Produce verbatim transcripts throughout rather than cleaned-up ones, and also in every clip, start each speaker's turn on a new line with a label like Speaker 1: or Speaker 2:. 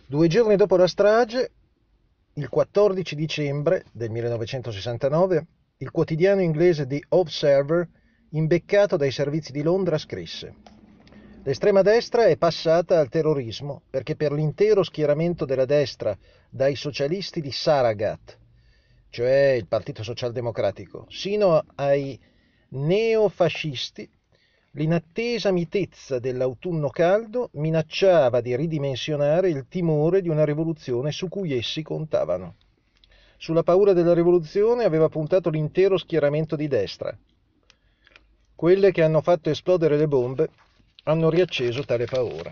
Speaker 1: Due giorni dopo la strage, il quattordici dicembre del millenovecentosessantanove, il quotidiano inglese The Observer, imbeccato dai servizi di Londra, scrisse: l'estrema destra è passata al terrorismo perché per l'intero schieramento della destra, dai socialisti di Saragat, cioè il Partito Socialdemocratico, sino ai neofascisti, l'inattesa mitezza dell'autunno caldo minacciava di ridimensionare il timore di una rivoluzione su cui essi contavano. Sulla paura della rivoluzione aveva puntato l'intero schieramento di destra. Quelle che hanno fatto esplodere le bombe hanno riacceso tale paura.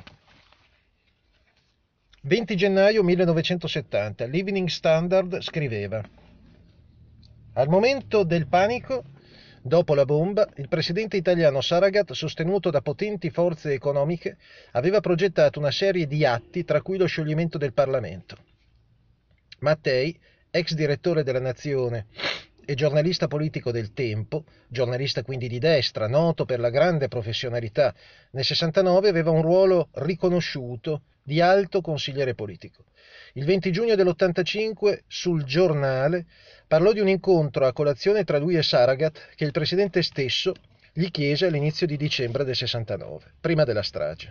Speaker 1: venti gennaio millenovecentosettanta, l'Evening Standard scriveva: al momento del panico, dopo la bomba, il presidente italiano Saragat, sostenuto da potenti forze economiche, aveva progettato una serie di atti, tra cui lo scioglimento del Parlamento. Mattei, ex direttore della Nazione e giornalista politico del Tempo, giornalista quindi di destra, noto per la grande professionalità, nel sessantanove aveva un ruolo riconosciuto di alto consigliere politico. Il venti giugno dell'ottantacinque, sul Giornale, parlò di un incontro a colazione tra lui e Saragat che il presidente stesso gli chiese all'inizio di dicembre del sessantanove, prima della strage.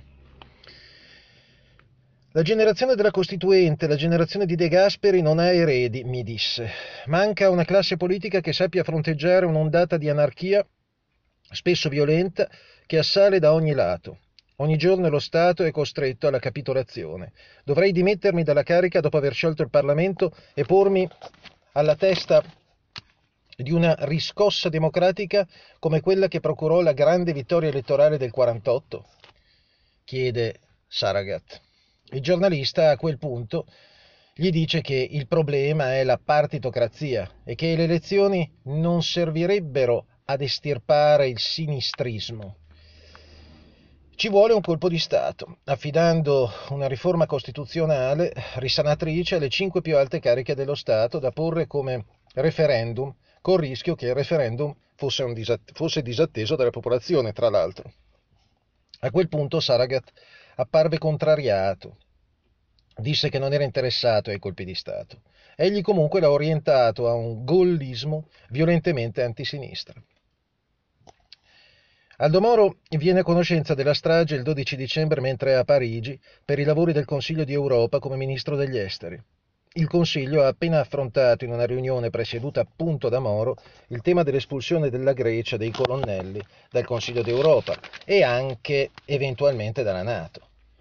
Speaker 1: La generazione della Costituente, la generazione di De Gasperi non ha eredi, mi disse. Manca una classe politica che sappia fronteggiare un'ondata di anarchia, spesso violenta, che assale da ogni lato. Ogni giorno lo Stato è costretto alla capitolazione. Dovrei dimettermi dalla carica dopo aver sciolto il Parlamento e pormi alla testa di una riscossa democratica come quella che procurò la grande vittoria elettorale del quarantotto? Chiede Saragat. Il giornalista a quel punto gli dice che il problema è la partitocrazia e che le elezioni non servirebbero ad estirpare il sinistrismo. Ci vuole un colpo di Stato, affidando una riforma costituzionale risanatrice alle cinque più alte cariche dello Stato da porre come referendum, col rischio che il referendum fosse, un disat- fosse disatteso dalla popolazione, tra l'altro. A quel punto Saragat apparve contrariato. Disse che non era interessato ai colpi di Stato. Egli comunque l'ha orientato a un gollismo violentemente antisinistra. Aldo Moro viene a conoscenza della strage il dodici dicembre mentre è a Parigi per i lavori del Consiglio di Europa come ministro degli esteri. Il Consiglio ha appena affrontato in una riunione presieduta appunto da Moro il tema dell'espulsione della Grecia dei colonnelli dal Consiglio d'Europa e anche eventualmente dalla NATO.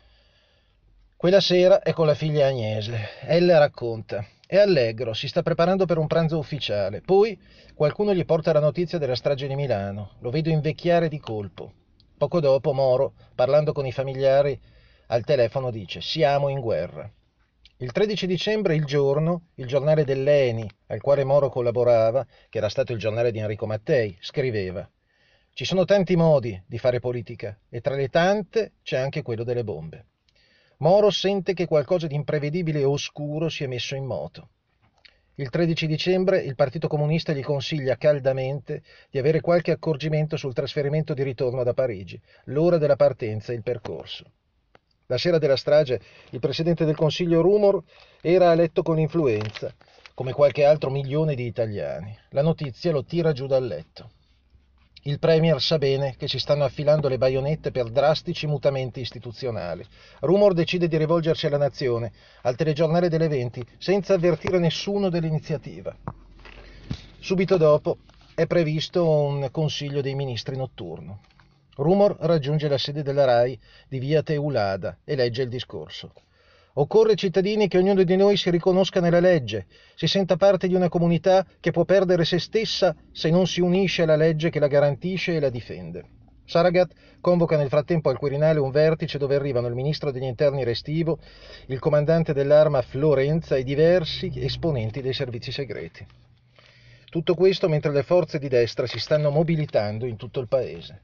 Speaker 1: Quella sera è con la figlia Agnese. Ella racconta: è allegro, si sta preparando per un pranzo ufficiale. Poi qualcuno gli porta la notizia della strage di Milano. Lo vedo invecchiare di colpo. Poco dopo Moro, parlando con i familiari al telefono, dice: siamo in guerra. Il tredici dicembre, Il Giorno, il giornale dell'E N I, al quale Moro collaborava, che era stato il giornale di Enrico Mattei, scriveva: ci sono tanti modi di fare politica e tra le tante c'è anche quello delle bombe. Moro sente che qualcosa di imprevedibile e oscuro si è messo in moto. Il tredici dicembre il Partito Comunista gli consiglia caldamente di avere qualche accorgimento sul trasferimento di ritorno da Parigi, l'ora della partenza e il percorso. La sera della strage il Presidente del Consiglio Rumor era a letto con l'influenza, come qualche altro milione di italiani. La notizia lo tira giù dal letto. Il Premier sa bene che si stanno affilando le baionette per drastici mutamenti istituzionali. Rumor decide di rivolgersi alla nazione, al telegiornale delle venti, senza avvertire nessuno dell'iniziativa. Subito dopo è previsto un Consiglio dei Ministri notturno. Rumor raggiunge la sede della RAI di via Teulada e legge il discorso. Occorre, cittadini, che ognuno di noi si riconosca nella legge, si senta parte di una comunità che può perdere se stessa se non si unisce alla legge che la garantisce e la difende. Saragat convoca nel frattempo al Quirinale un vertice dove arrivano il ministro degli interni Restivo, il comandante dell'Arma Florenza e diversi esponenti dei servizi segreti. Tutto questo mentre le forze di destra si stanno mobilitando in tutto il paese.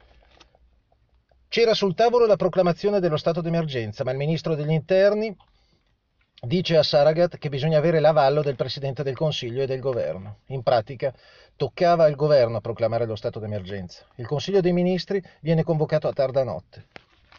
Speaker 1: C'era sul tavolo la proclamazione dello stato d'emergenza, ma il ministro degli interni dice a Saragat che bisogna avere l'avallo del Presidente del Consiglio e del Governo. In pratica, toccava al Governo a proclamare lo stato d'emergenza. Il Consiglio dei Ministri viene convocato a tarda notte.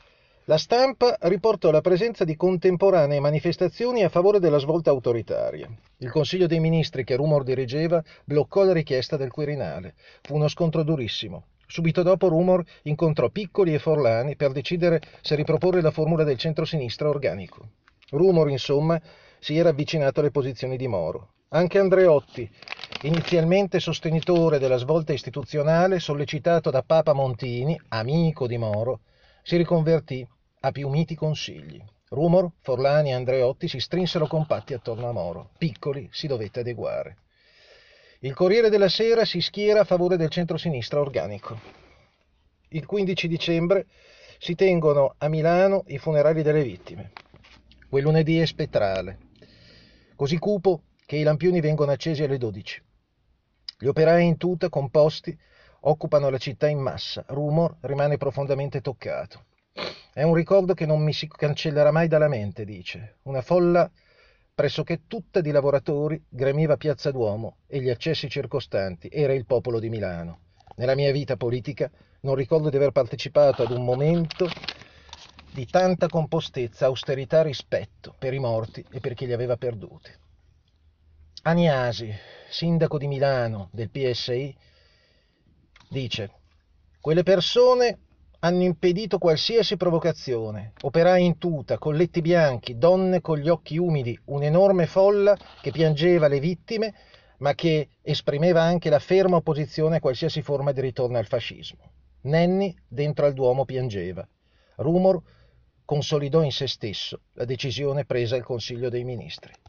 Speaker 1: La stampa riportò la presenza di contemporanee manifestazioni a favore della svolta autoritaria. Il Consiglio dei Ministri, che Rumor dirigeva, bloccò la richiesta del Quirinale. Fu uno scontro durissimo. Subito dopo Rumor incontrò Piccoli e Forlani per decidere se riproporre la formula del centrosinistra organico. Rumor, insomma, si era avvicinato alle posizioni di Moro. Anche Andreotti, inizialmente sostenitore della svolta istituzionale, sollecitato da Papa Montini, amico di Moro, si riconvertì a più miti consigli. Rumor, Forlani e Andreotti si strinsero compatti attorno a Moro. Piccoli si dovette adeguare. Il Corriere della Sera si schiera a favore del centrosinistra organico. Il quindici dicembre si tengono a Milano i funerali delle vittime. Quel lunedì è spettrale, così cupo che i lampioni vengono accesi alle dodici. Gli operai in tuta, composti, occupano la città in massa. Rumor rimane profondamente toccato. È un ricordo che non mi si cancellerà mai dalla mente, dice. Una folla pressoché tutta di lavoratori gremiva Piazza Duomo e gli accessi circostanti. Era il popolo di Milano. Nella mia vita politica non ricordo di aver partecipato ad un momento di tanta compostezza, austerità, rispetto per i morti e per chi li aveva perduti. Aniasi, sindaco di Milano del P S I, dice: quelle persone hanno impedito qualsiasi provocazione, operai in tuta, colletti bianchi, donne con gli occhi umidi, un'enorme folla che piangeva le vittime, ma che esprimeva anche la ferma opposizione a qualsiasi forma di ritorno al fascismo. Nenni dentro al Duomo piangeva. Rumor consolidò in se stesso la decisione presa al Consiglio dei Ministri.